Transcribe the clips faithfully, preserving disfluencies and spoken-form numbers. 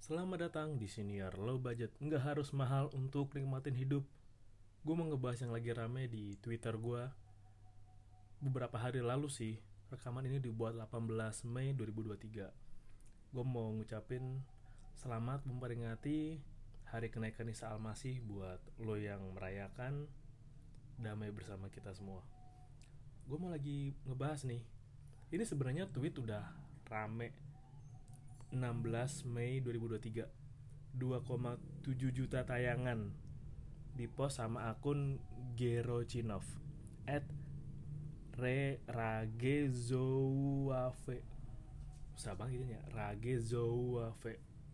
Selamat datang di Siniar Low Budget. Nggak harus mahal untuk nikmatin hidup. Gue mau ngebahas yang lagi rame di Twitter gue. Beberapa hari lalu sih, rekaman ini dibuat delapan belas Mei dua ribu dua puluh tiga. Gue mau ngucapin selamat memperingati hari kenaikan Isa Al-Masih buat lo yang merayakan damai bersama kita semua. Gue mau lagi ngebahas nih. Ini sebenarnya tweet udah rame enam belas Mei dua ribu dua puluh tiga. dua koma tujuh juta tayangan di post sama akun Gerochinov at re ragezouave. Susah banget gitu ya, ragezouave.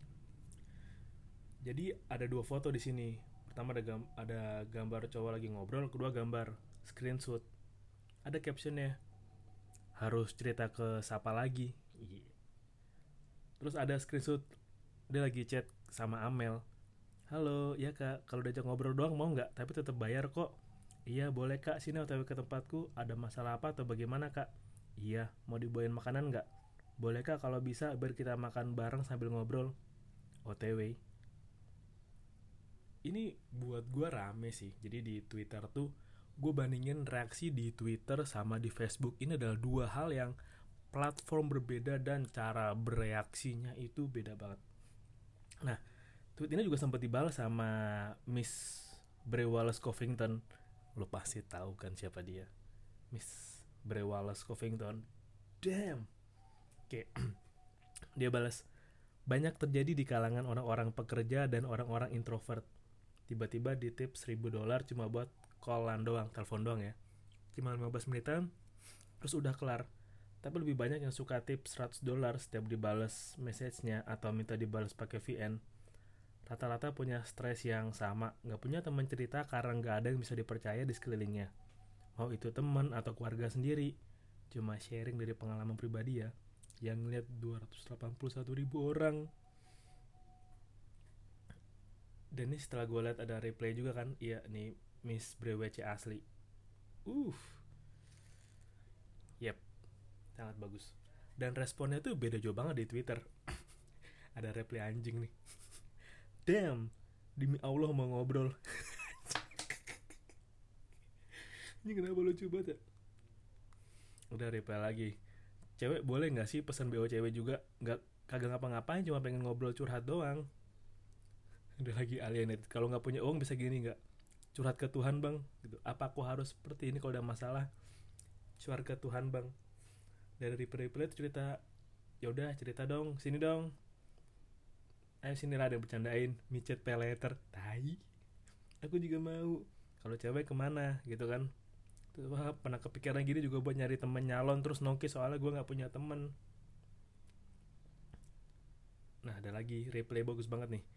Jadi ada dua foto di sini. Pertama ada gam- ada gambar cowok lagi ngobrol, kedua gambar screenshot. Ada captionnya, harus cerita ke siapa lagi. Iya. Terus ada screenshot dia lagi chat sama Amel. Halo, ya kak, kalau diajak ngobrol doang mau nggak? Tapi tetap bayar kok. Iya boleh kak, sini O T W ke tempatku. Ada masalah apa atau bagaimana kak? Iya, mau dibawain makanan nggak? Boleh kak, kalau bisa biar kita makan bareng sambil ngobrol. O T W. Ini buat gue rame sih. Jadi di Twitter tuh gue bandingin reaksi di Twitter sama di Facebook. Ini adalah dua hal yang platform berbeda dan cara bereaksinya itu beda banget. Nah, tweet ini juga sempat dibalas sama Miss Bray Wallace Covington. Lo pasti tahu kan siapa dia, Miss Bray Wallace Covington. Damn. Oke. Dia balas, banyak terjadi di kalangan orang-orang pekerja dan orang-orang introvert. Tiba-tiba di tip seribu dolar cuma buat callan doang, telepon doang ya. Cuma lima belas menitan, terus udah kelar. Tapi lebih banyak yang suka tip seratus dolar setiap dibalas message-nya atau minta dibalas pakai V N. Rata-rata punya stres yang sama, nggak punya teman cerita karena nggak ada yang bisa dipercaya di sekelilingnya. Mau itu teman atau keluarga sendiri, cuma sharing dari pengalaman pribadi ya, yang ngeliat dua ratus delapan puluh satu ribu orang. Dan ini setelah gue lihat ada replay juga kan, iya nih Miss Brewece asli. Uh, yep, sangat bagus. Dan responnya tuh beda jauh banget di Twitter. Ada replay anjing nih. Damn, demi Allah mau ngobrol. Ini kenapa lucu banget ya? Udah reply lagi. Cewek boleh nggak sih pesan B O cewek juga? Nggak, kagak ngapa-ngapain, cuma pengen ngobrol curhat doang. Udah lagi alienated. Kalau nggak punya uang bisa gini nggak? Curhat ke Tuhan bang. Gitu. Apa aku harus seperti ini kalau udah masalah? Curhat ke Tuhan bang. Dari reply-reply itu cerita. Ya udah cerita dong, sini dong. Ayo sini lah, ada yang bercandain. Micet pay later. Tai. Aku juga mau. Kalau cewek kemana gitu kan? Wah, pernah kepikiran gini juga buat nyari temen nyalon terus nongki soalnya gue nggak punya temen. Nah ada lagi replay bagus banget nih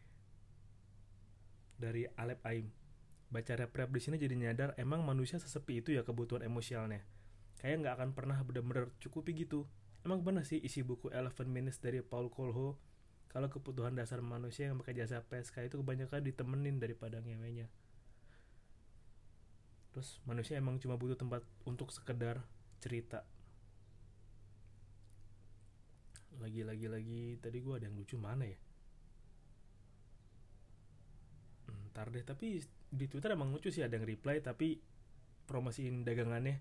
dari Alep Aim. Baca rap-rap di sini jadi nyadar emang manusia sesepi itu ya kebutuhan emosionalnya. Kayak nggak akan pernah bener-bener cukupi gitu. Emang bener sih isi buku Eleven Minutes dari Paul Coelho kalau kebutuhan dasar manusia yang pakai jasa P S K itu kebanyakan ditemenin daripada ngewenya. Terus manusia emang cuma butuh tempat untuk sekedar cerita. Lagi-lagi lagi tadi gue ada yang lucu mana ya? Hmm, ntar deh, tapi di Twitter emang lucu sih, ada yang reply tapi promosiin dagangannya.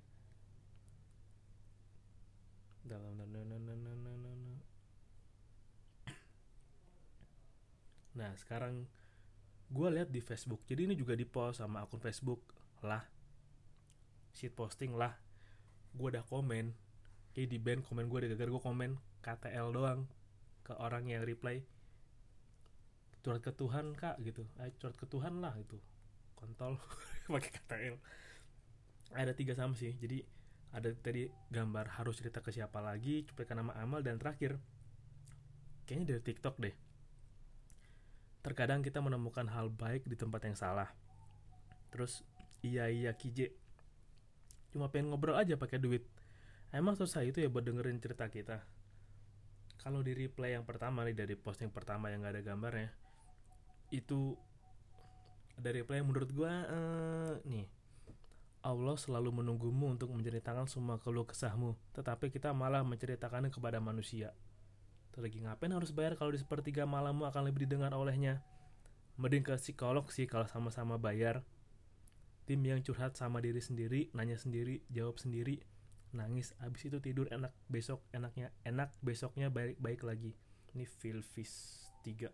Nah sekarang gue lihat di Facebook, jadi ini juga di post sama akun Facebook lah, shit posting lah. Gue udah komen, kayak di band komen gue, gara-gara gue komen K T L doang ke orang yang reply, curhat ke Tuhan kak gitu, ayo curhat ke Tuhan lah gitu, kontol. Pakai K T L. Ada tiga sama sih, jadi ada tadi gambar harus cerita ke siapa lagi, cuplikan nama amal, dan terakhir kayaknya dari TikTok deh, terkadang kita menemukan hal baik di tempat yang salah. Terus iya iya kije, cuma pengen ngobrol aja pakai duit. Emang susah itu ya buat dengerin cerita kita. Kalau di replay yang pertama nih, dari posting pertama yang gak ada gambarnya, itu dari replay yang menurut gue uh, nih, Allah selalu menunggumu untuk menceritakan semua keluh kesahmu, tetapi kita malah menceritakannya kepada manusia. Terus lagi ngapain harus bayar kalau di sepertiga malammu akan lebih didengar olehnya? Mending ke psikolog sih kalau sama-sama bayar. Tim yang curhat sama diri sendiri, nanya sendiri, jawab sendiri, nangis, abis itu tidur enak, besok enaknya enak, besoknya baik-baik lagi. Ini Philfis tiga.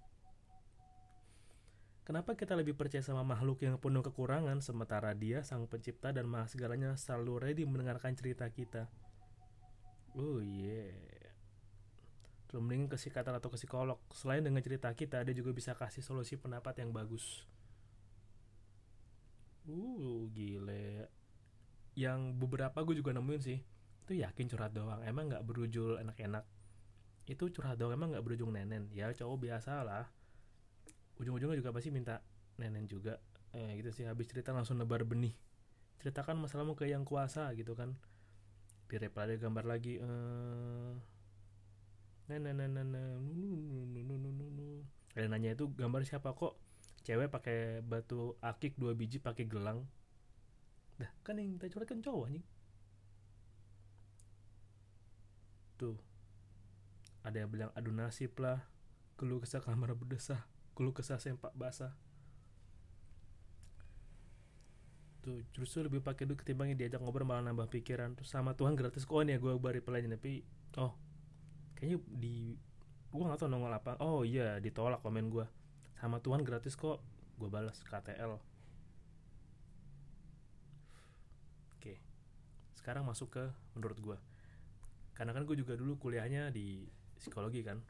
Kenapa kita lebih percaya sama makhluk yang penuh kekurangan, sementara dia, sang pencipta dan maha segalanya, selalu ready mendengarkan cerita kita? Oh yeah. Terus mending ke psikiater atau ke psikolog. Selain dengan cerita kita, dia juga bisa kasih solusi pendapat yang bagus. Uh, gile. Yang beberapa gue juga nemuin sih, itu yakin curhat doang, emang nggak berujung enak-enak. Itu curhat doang, emang nggak berujung nenen. Ya cowok biasa lah, ujung-ujungnya juga pasti minta nenen juga. Eh gitu sih, habis cerita langsung nebar benih. Ceritakan masalahmu ke yang kuasa gitu kan. Di reply ada gambar lagi, eh nenen nenen nenen. Ada nanya itu gambar siapa, kok cewek pakai batu akik dua biji pakai gelang. Dah kan yang kita curhat kan cowok anjing. Tuh ada yang bilang adu nasib lah, keluh kesah kamar berdesah, keluh kesah sempak basah. Tuh justru lebih pakai duit ketimbang diajak ngobrol malah nambah pikiran. Terus sama Tuhan gratis kok ya gue bari pelajaran, tapi oh kayaknya di gue nggak tahu nongol apa. Oh iya ditolak komen gue, sama Tuhan gratis kok, gue balas K T L. Oke, sekarang masuk ke menurut gue, karena kan gue juga dulu kuliahnya di psikologi kan,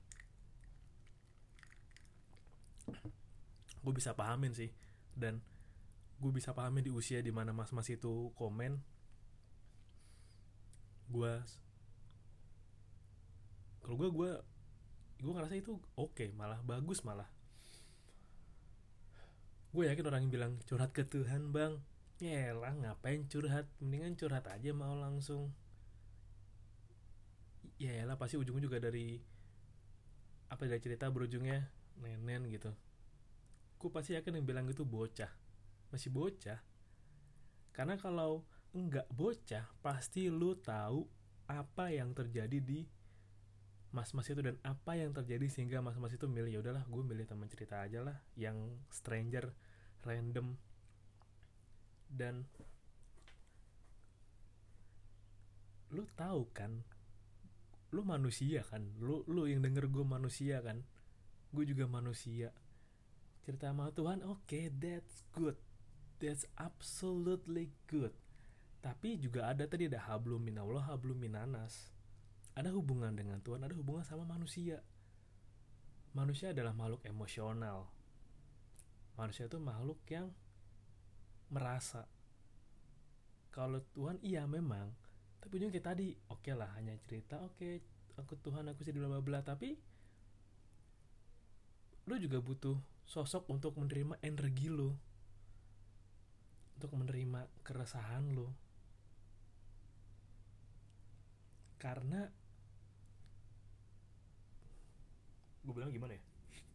gue bisa pahamin sih. Dan gue bisa pahamin di usia dimana mas-mas itu komen, gue kalau gue gue gue ngerasa itu oke, okay, malah bagus. Malah gue yakin orang yang bilang curhat ke Tuhan bang, ya lah ngapain curhat, mendingan curhat aja mau langsung. Ya lah pasti ujungnya juga dari apa, dari cerita berujungnya nenen gitu. Gue pasti yakin yang bilang itu bocah, masih bocah. Karena kalau enggak bocah, pasti lu tahu apa yang terjadi di mas-mas itu dan apa yang terjadi sehingga mas-mas itu milih, ya udahlah gue milih teman cerita aja lah, yang stranger, random. Dan lu tahu kan, lu manusia kan, lu lu yang denger gue manusia kan, gue juga manusia. Cerita sama Tuhan, oke, okay, that's good, that's absolutely good. Tapi juga ada tadi, ada hablum minallah hablum minanas. Ada hubungan dengan Tuhan, ada hubungan sama manusia. Manusia adalah makhluk emosional. Manusia itu makhluk yang merasa. Kalau Tuhan iya memang, tapi ujungnya kayak tadi, oke okay lah hanya cerita, oke okay, aku Tuhan aku sih bla bla bla, tapi lu juga butuh sosok untuk menerima energi lu, untuk menerima keresahan lu. Karena gue bilang gimana ya,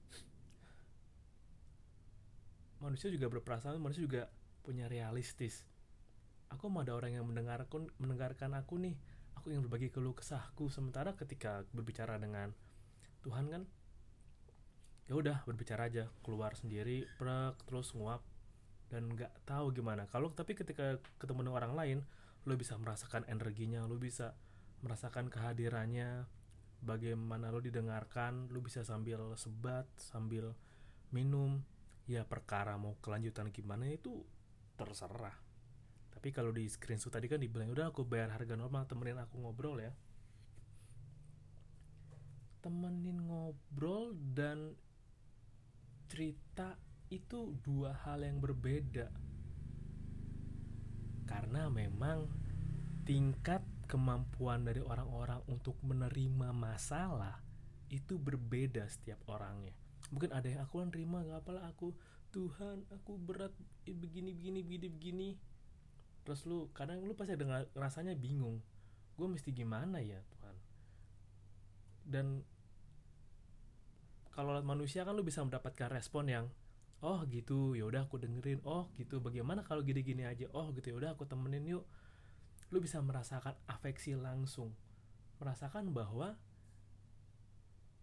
manusia juga berperasaan, manusia juga punya realistis. Aku mau ada orang yang mendengarkan mendengarkan aku nih, aku ingin berbagi keluh kesahku. Sementara ketika berbicara dengan Tuhan kan, ya udah berbicara aja, keluar sendiri, prek, terus nguap dan nggak tahu gimana. Kalau tapi ketika ketemu dengan orang lain, lo bisa merasakan energinya, lo bisa merasakan kehadirannya, bagaimana lo didengarkan, lo bisa sambil sebat, sambil minum. Ya perkara mau kelanjutan gimana itu terserah. Tapi kalau di screenshot tadi kan dibilang udah aku bayar harga normal, temenin aku ngobrol ya. Temenin ngobrol dan cerita itu dua hal yang berbeda. Karena memang tingkat kemampuan dari orang-orang untuk menerima masalah itu berbeda setiap orangnya. Mungkin ada yang aku kan terima, gak apalah aku, Tuhan aku berat begini begini begini begini. Terus lu kadang lu pasti ada rasanya bingung, gue mesti gimana ya Tuhan. Dan kalau manusia kan lu bisa mendapatkan respon yang oh gitu, ya udah aku dengerin, oh gitu, bagaimana kalau gini-gini aja, oh gitu, ya udah aku temenin yuk. Lu bisa merasakan afeksi langsung, merasakan bahwa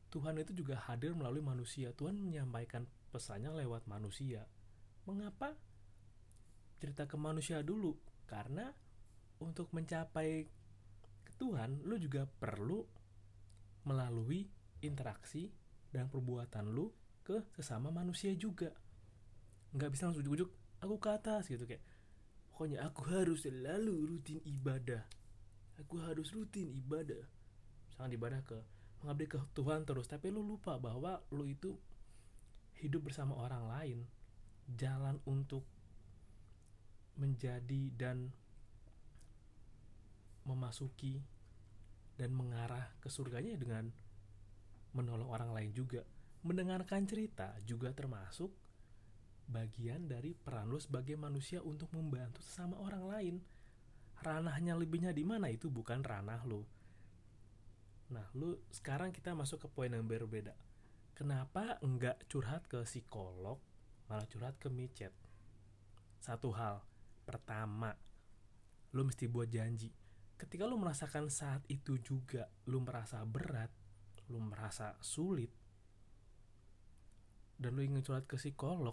Tuhan itu juga hadir melalui manusia. Tuhan menyampaikan pesannya lewat manusia. Mengapa cerita ke manusia dulu? Karena untuk mencapai ke Tuhan, lu juga perlu melalui interaksi dan perbuatan lu ke sesama manusia juga. Nggak bisa langsung ujuk-ujuk aku ke atas gitu, kayak pokoknya aku harus selalu rutin ibadah, aku harus rutin ibadah, misalnya ibadah ke mengabdi ke Tuhan terus, tapi lu lupa bahwa lu itu hidup bersama orang lain. Jalan untuk menjadi dan memasuki dan mengarah ke surganya dengan menolong orang lain juga. Mendengarkan cerita juga termasuk bagian dari peran lu sebagai manusia untuk membantu sesama orang lain. Ranahnya lebihnya di mana itu bukan ranah lu. Nah, lu sekarang kita masuk ke poin yang berbeda. Kenapa enggak curhat ke psikolog, malah curhat ke micet? Satu hal, pertama, lu mesti buat janji. Ketika lu merasakan saat itu juga lu merasa berat, lu merasa sulit, dan lu ingin curhat ke psikolog,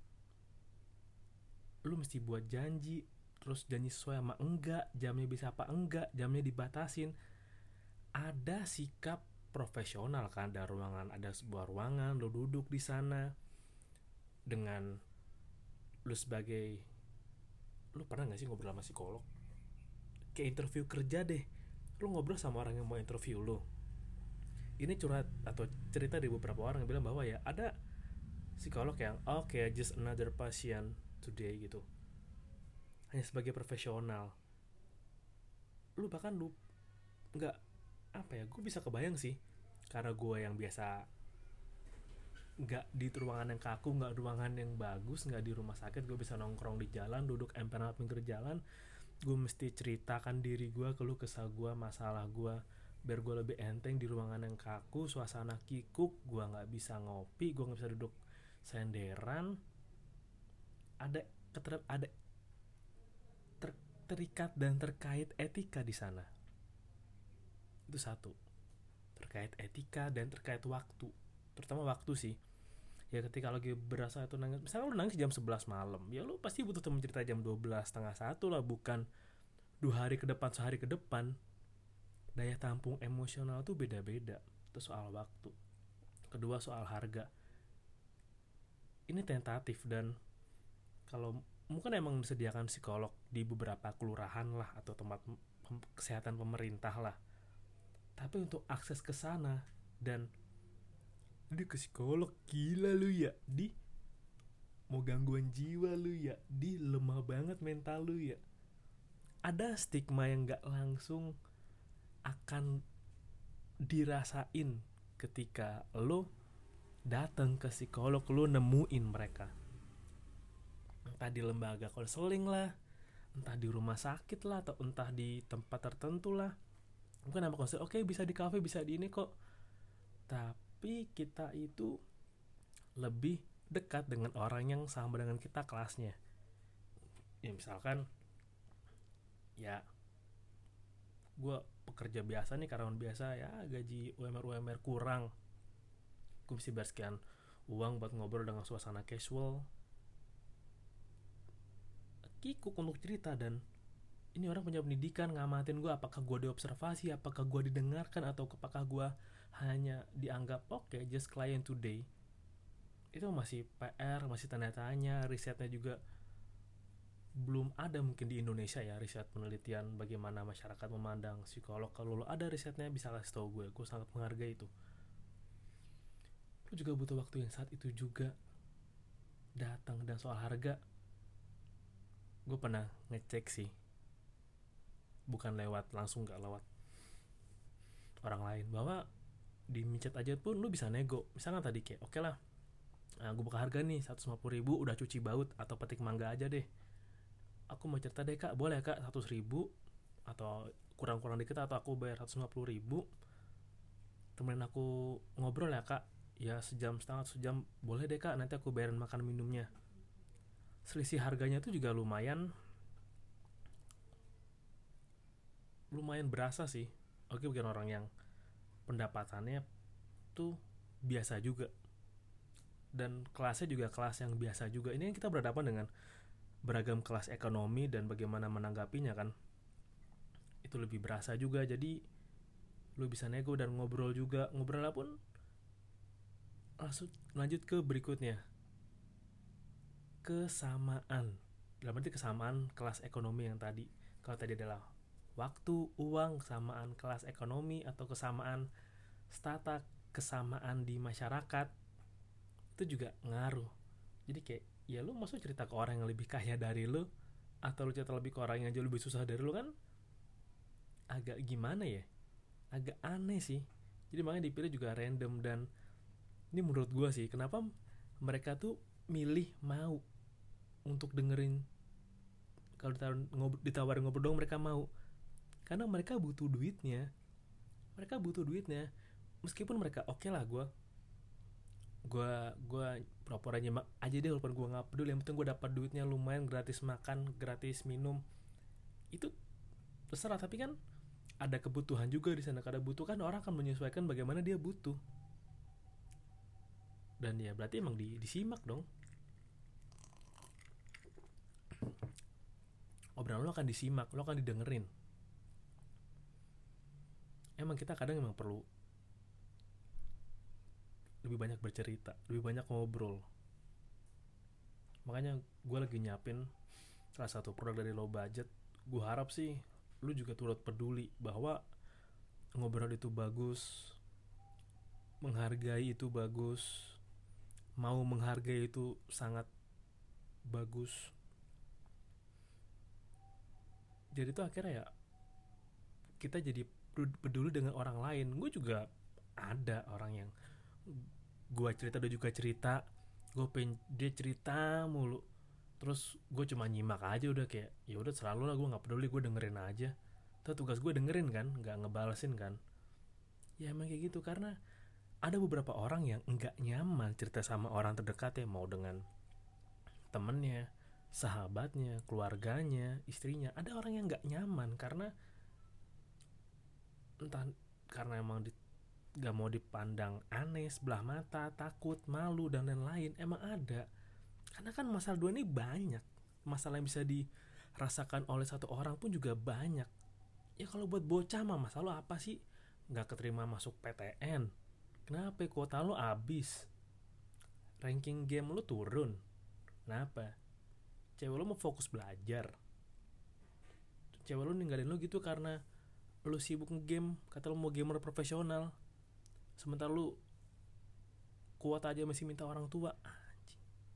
lu mesti buat janji. Terus janji sesuai sama enggak, jamnya bisa apa enggak, jamnya dibatasin. Ada sikap profesional kan, ada ruangan, ada sebuah ruangan, lu duduk di sana dengan lu sebagai, lu pernah gak sih ngobrol sama psikolog? Kayak interview kerja deh, lu ngobrol sama orang yang mau interview lu. Ini curhat atau cerita dari beberapa orang yang bilang bahwa ya ada psikolog yang oke okay, just another patient today gitu, hanya sebagai profesional. Lu bahkan lu nggak apa ya, gue bisa kebayang sih, karena gue yang biasa nggak di ruangan yang kaku, nggak ruangan yang bagus, nggak di rumah sakit, gue bisa nongkrong di jalan, duduk emperan pinggir jalan. Gue mesti ceritakan diri gue, keluh kesah gue, masalah gue, biar gue lebih enteng di ruangan yang kaku, suasana kikuk, gue nggak bisa ngopi, gue nggak bisa duduk senderan. Ada keter, ada ter, terikat dan terkait etika di sana. Itu satu, terkait etika dan terkait waktu, terutama waktu sih. Ya ketika lagi berasa itu nangis, misalnya lu nangis jam sebelas malam, ya lu pasti butuh temen cerita jam dua belas, setengah satu lah, bukan dua hari ke depan, sehari ke depan. Daya tampung emosional tuh beda-beda. Itu soal waktu. Kedua soal harga. Ini tentatif, dan kalau mungkin emang disediakan psikolog di beberapa kelurahan lah atau tempat kesehatan pemerintah lah, tapi untuk akses ke sana dan di ke psikolog, gila lu ya, di mau gangguan jiwa lu ya, di lemah banget mental lu ya. Ada stigma yang gak langsung akan dirasain ketika lo datang ke psikolog, lo nemuin mereka. Entah di lembaga konseling lah, entah di rumah sakit lah, atau entah di tempat tertentu lah. Mungkin nama konseling, oke okay, bisa di kafe, bisa di ini kok. Tapi kita itu lebih dekat dengan orang yang sama dengan kita kelasnya. Ya misalkan, ya gue pekerja biasa nih, karyawan biasa, ya gaji U M R U M R kurang, gue mesti bayar sekian uang buat ngobrol dengan suasana casual, kikuk untuk cerita. Dan ini orang punya pendidikan, ngamatin gue, apakah gue diobservasi, apakah gue didengarkan, atau apakah gue hanya dianggap oke okay, just client today. Itu masih P R, masih tanda tanya. Risetnya juga belum ada mungkin di Indonesia ya, riset penelitian bagaimana masyarakat memandang psikolog. Kalau lo ada risetnya bisa kasih tau gue, gue sangat menghargai itu. Lo juga butuh waktu yang saat itu juga datang. Dan soal harga, gue pernah ngecek sih, bukan lewat langsung, gak lewat orang lain, bahwa di micet aja pun lo bisa nego. Misalnya tadi kayak oke okay lah, nah, gue buka harga nih seratus lima puluh ribu, udah cuci baut atau petik mangga aja deh. Aku mau cerita deh kak, boleh kak seratus ribu atau kurang-kurang dikit, atau aku bayar seratus lima puluh ribu, temenin aku ngobrol ya kak, ya sejam setengah sejam, boleh deh kak, nanti aku bayarin makan minumnya. Selisih harganya tuh juga lumayan lumayan berasa sih. Oke, bukan orang yang pendapatannya tuh biasa juga, dan kelasnya juga kelas yang biasa juga. Ini kan kita berhadapan dengan beragam kelas ekonomi dan bagaimana menanggapinya kan, itu lebih berasa juga. Jadi lu bisa nego dan ngobrol juga. Ngobrol pun langsung lanjut ke berikutnya, kesamaan. Dalam arti kesamaan kelas ekonomi yang tadi. Kalau tadi adalah waktu, uang, kesamaan kelas ekonomi atau kesamaan strata, kesamaan di masyarakat, itu juga ngaruh. Jadi kayak ya lu maksud cerita ke orang yang lebih kaya dari lu, atau lu cerita lebih ke orang yang jauh lebih susah dari lu, kan agak gimana ya, agak aneh sih. Jadi makanya dipilih juga random. Dan ini menurut gue sih, kenapa mereka tuh milih mau untuk dengerin. Kalau ditawarin ngobrol, ditawarin ngobrol dong mereka mau, karena mereka butuh duitnya. Mereka butuh duitnya. Meskipun mereka oke okay lah, gue gue gue proper aja aja deh walaupun gue nggak peduli, yang penting gue dapat duitnya lumayan, gratis makan, gratis minum, itu terserah. Tapi kan ada kebutuhan juga di sana. Karena butuh kan orang akan menyesuaikan bagaimana dia butuh. Dan ya berarti emang di, disimak dong. Obrolan lo akan disimak, lo akan didengerin. Emang kita kadang emang perlu lebih banyak bercerita, lebih banyak ngobrol. Makanya gue lagi nyiapin salah satu produk dari low budget. Gue harap sih lu juga turut peduli bahwa ngobrol itu bagus, menghargai itu bagus, mau menghargai itu sangat bagus. Jadi tuh akhirnya ya kita jadi peduli dengan orang lain. Gue juga ada orang yang gue cerita, dia juga cerita, gue pengen dia cerita mulu, terus gue cuma nyimak aja udah kayak ya udah selalu lah, gue nggak peduli, gue dengerin aja. Tuh tugas gue dengerin kan, nggak ngebalesin kan. Ya emang kayak gitu, karena ada beberapa orang yang nggak nyaman cerita sama orang terdekat ya, mau dengan temennya, sahabatnya, keluarganya, istrinya. Ada orang yang nggak nyaman karena entah karena emang di, gak mau dipandang aneh, sebelah mata, takut, malu, dan lain-lain. Emang ada. Karena kan masalah dua ini banyak. Masalah yang bisa dirasakan oleh satu orang pun juga banyak. Ya kalau buat bocah mah masalah apa sih? Gak keterima masuk P T N. Kenapa? Kuota lo abis. Ranking game lo turun. Kenapa? Cewek lo mau fokus belajar. Cewek lo ninggalin lo gitu karena lo sibuk nge-game, kata lo mau gamer profesional. Sementara lu kuat aja masih minta orang tua. Anjing.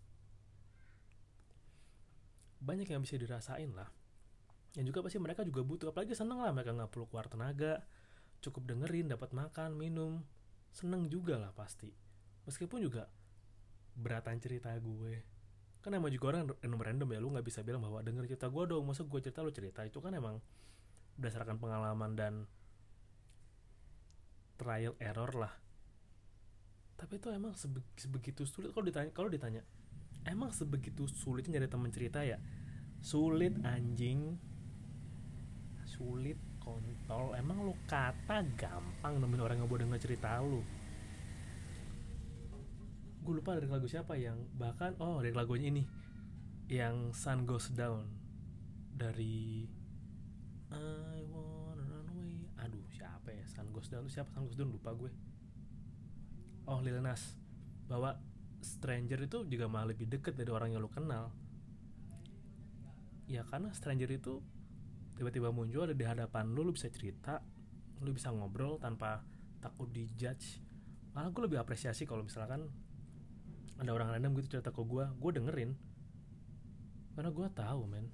Banyak yang bisa dirasain lah. Yang juga pasti mereka juga butuh. Apalagi seneng lah, mereka gak perlu keluar tenaga, cukup dengerin, dapat makan, minum. Seneng juga lah pasti. Meskipun juga beratan cerita gue. Kan emang juga orang random-random ya. Lu gak bisa bilang bahwa denger cerita gue dong, masa gue cerita lu cerita. Itu kan emang berdasarkan pengalaman dan trial error lah. Tapi itu emang sebe- sebegitu sulit. Kalau ditanya, kalau ditanya, emang sebegitu sulitnya nyari teman cerita ya? Sulit anjing. Sulit kontol. Emang lu kata gampang nemuin orang yang mau denger cerita lu. Gue lupa dari lagu siapa yang bahkan oh dari lagunya ini yang Sun Goes Down dari I wanna run away. Aduh siapa ya Sun Goes Down itu siapa? Sun Goes Down lupa gue. Oh Lil Nas. Bahwa stranger itu juga malah lebih deket dari orang yang lu kenal. Ya karena stranger itu tiba-tiba muncul ada di hadapan lu, lu bisa cerita, lu bisa ngobrol tanpa takut dijudge. Malah gue lebih apresiasi kalau misalkan ada orang random gitu cerita ke gue, gue dengerin. Karena gue tahu men,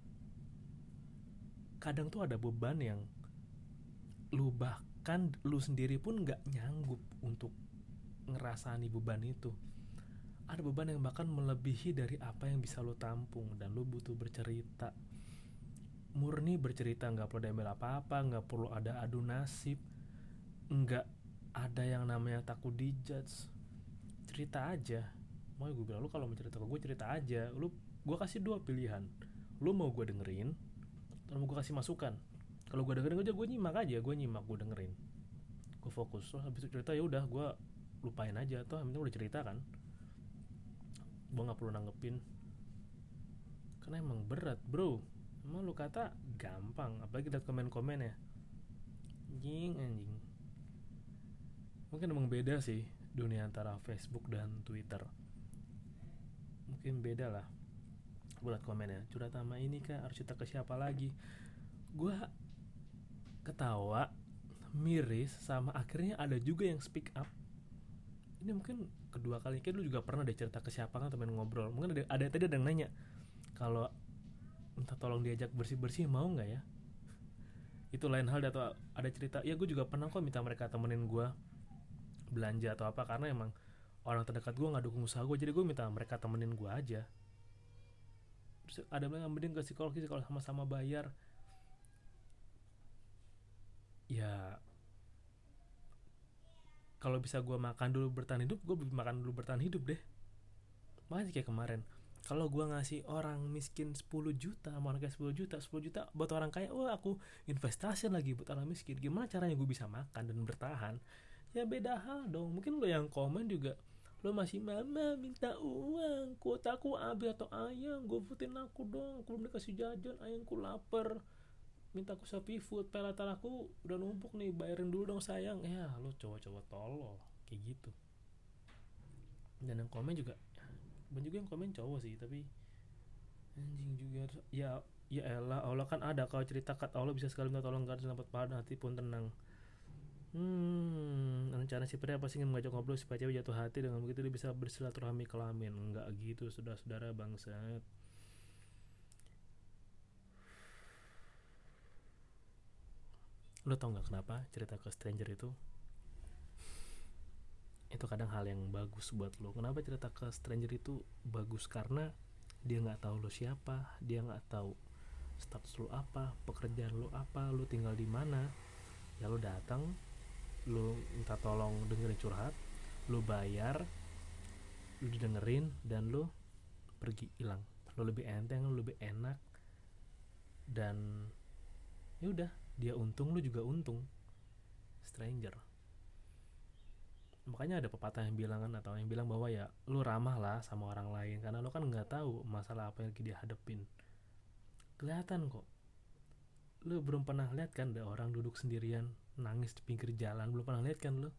kadang tuh ada beban yang lu bahkan lu sendiri pun gak nyanggup untuk ngerasani beban itu. Ada beban yang bahkan melebihi dari apa yang bisa lu tampung, dan lu butuh bercerita. Murni bercerita, gak perlu diambil apa-apa, gak perlu ada adu nasib, gak ada yang namanya takut dijudge. Cerita aja. Mau gue bilang, lu kalau mau cerita ke gue cerita aja. Lu, gue kasih dua pilihan. Lu mau gue dengerin atau mau gue kasih masukan. Kalau gue dengerin aja, gue nyimak aja, gue nyimak, gue dengerin, gue fokus. Terus habis itu cerita ya udah, gue lupain aja, toh yang penting udah cerita kan, gue nggak perlu nanggepin. Karena emang berat bro, emang lu kata gampang, apalagi liat komen-komen ya, anjing anjing. Mungkin emang beda sih dunia antara Facebook dan Twitter, mungkin beda lah. Gue liat komennya, curhat sama ini kak, harus cerita ke siapa lagi. Gue ketawa, miris, sama akhirnya ada juga yang speak up. Ini mungkin kedua kali, kayak lu juga pernah deh cerita ke siapa kan, temen ngobrol. Mungkin ada, ada tadi ada yang nanya, kalau minta tolong diajak bersih-bersih mau nggak ya? Itu lain hal. Atau ada cerita, ya gue juga pernah kok minta mereka temenin gue belanja atau apa, karena emang orang terdekat gue nggak dukung usaha gue, jadi gue minta mereka temenin gue aja. Terus ada bilang mending ke psikolog sih kalau sama-sama bayar. Ya kalau bisa gue makan dulu bertahan hidup, gue makan dulu bertahan hidup deh. Makanya kayak kemarin, kalau gue ngasih orang miskin sepuluh juta, mau kayak sepuluh juta, sepuluh juta buat orang kaya, oh aku investasi lagi buat orang miskin. Gimana caranya gue bisa makan dan bertahan? Ya beda hal dong. Mungkin lo yang komen juga, lo masih mama minta uang, kuotaku habis atau ayang, gue votin aku dong, aku belum dikasih jajan, ayangku lapar, minta aku Shopee Food, peletar aku udah numpuk nih, bayarin dulu dong sayang. Ya lo cowok-cowok tolol kayak gitu. Dan yang komen juga, banyak juga yang komen cowok sih, tapi anjing juga. Ya ya elah, Allah kan ada, kalau cerita kata Allah bisa sekali minta tolong karena dapat pahala, hati pun tenang. Hmm, rencana si pria pasti ingin mengajak ngobrol supaya cewek jatuh hati, dengan begitu dia bisa bersilaturahmi kelamin. Enggak gitu, saudara-saudara bangsat. Lo tau gak kenapa cerita ke stranger itu itu kadang hal yang bagus buat lo? Kenapa cerita ke stranger itu bagus? Karena dia nggak tahu lo siapa, dia nggak tahu status lo apa, pekerjaan lo apa, lo tinggal di mana. Ya lo datang, lo minta tolong dengerin curhat, lo bayar, lo didengerin, dan lo pergi hilang. Lo lebih enteng, lo lebih enak, dan ya udah, dia untung, lo juga untung. Stranger. Makanya ada pepatah yang bilang kan, atau yang bilang bahwa ya lu ramah lah sama orang lain, karena lu kan nggak tahu masalah apa yang lagi dia hadepin. Kelihatan kok. Lu belum pernah lihat kan ada orang duduk sendirian nangis di pinggir jalan, belum pernah lihat kan lu?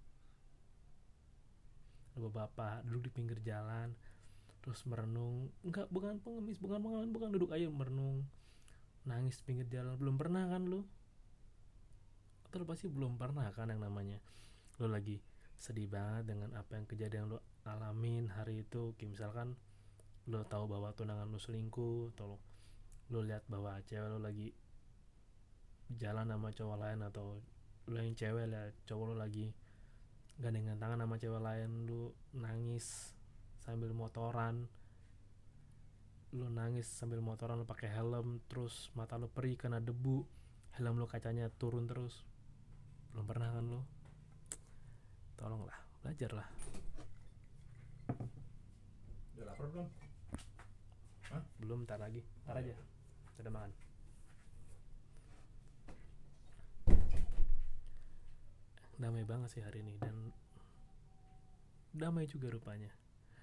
Ada bapak duduk di pinggir jalan terus merenung, enggak, bukan pengemis, bukan pengemis, bukan duduk aja merenung nangis di pinggir jalan, belum pernah kan lu? Atau lu pasti belum pernah kan yang namanya lu lagi sedih banget dengan apa yang kejadian lo alamin hari itu. Kayak misalkan lo tahu bahwa tunangan lo selingkuh, atau lo, lo lihat bahwa cewek lo lagi jalan sama cowok lain, atau lo yang cewek lihat cowok lo lagi gandengan tangan sama cewek lain, lo nangis sambil motoran, lo nangis sambil motoran, lo pakai helm, terus mata lo perih karena debu, helm lo kacanya turun terus. Belum pernah kan lo? Tolonglah, belajarlah. Udah lapar belum? Hah? Belum, ntar lagi, ntar aja. Udah makan. Damai banget sih hari ini, dan damai juga rupanya.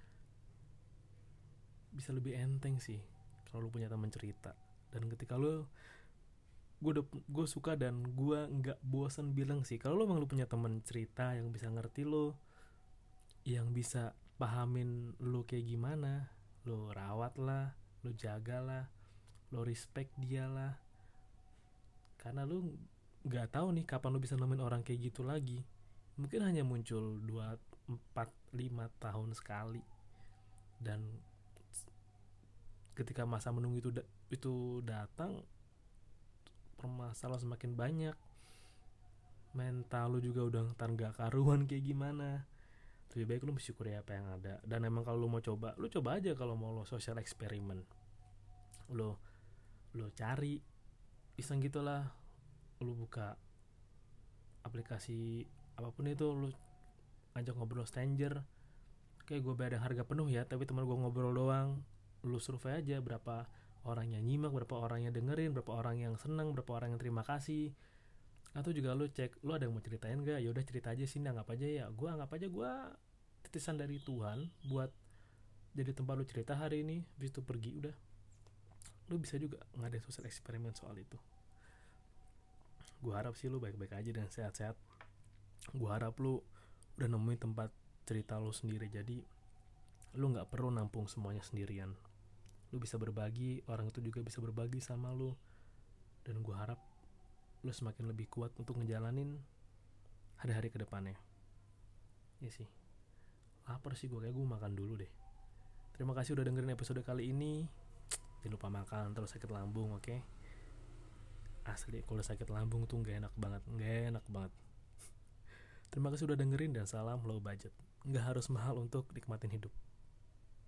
Bisa lebih enteng sih kalau lu punya teman cerita. Dan ketika lu, gue udah gue suka dan gue nggak bosan bilang sih, kalau lo emang lu punya teman cerita yang bisa ngerti lo, yang bisa pahamin lo kayak gimana, lo rawat lah, lo jagalah, lo respect dia lah, karena lo nggak tahu nih kapan lo bisa nemuin orang kayak gitu lagi. Mungkin hanya muncul dua, empat, lima tahun sekali, dan ketika masa menunggu itu itu datang, permasalahan semakin banyak, mental lu juga udah ntar gak karuan kayak gimana. Lebih baik lu bersyukuri apa yang ada. Dan emang kalau lu mau coba, lu coba aja. Kalau mau lo social eksperimen, lu lu cari iseng gitulah, lu buka aplikasi apapun itu, lu ajak ngobrol stranger. Kayak gue bayar harga penuh ya, tapi teman gue ngobrol doang. Lu survei aja berapa orang yang nyimak, berapa orang yang dengerin, berapa orang yang seneng, berapa orang yang terima kasih. Atau juga lu cek, lu ada yang mau ceritain gak? Ya udah cerita aja sih, anggap aja ya gue anggap aja gue titisan dari Tuhan buat jadi tempat lu cerita hari ini. Habis itu pergi, udah lu bisa juga ngadain sosial eksperimen soal itu. Gue harap sih lu baik-baik aja dan sehat-sehat. Gue harap lu udah nemuin tempat cerita lu sendiri, jadi lu gak perlu nampung semuanya sendirian. Lu bisa berbagi, orang itu juga bisa berbagi sama lu. Dan gue harap lu semakin lebih kuat untuk ngejalanin hari-hari kedepannya. Iya sih, lapar sih gue, kayak gue makan dulu deh. Terima kasih udah dengerin episode kali ini. Jangan lupa makan terus sakit lambung, oke? Okay? Asli kalau sakit lambung tuh gak enak banget, gak enak banget. Terima kasih udah dengerin dan salam low budget. Gak harus mahal untuk nikmatin hidup.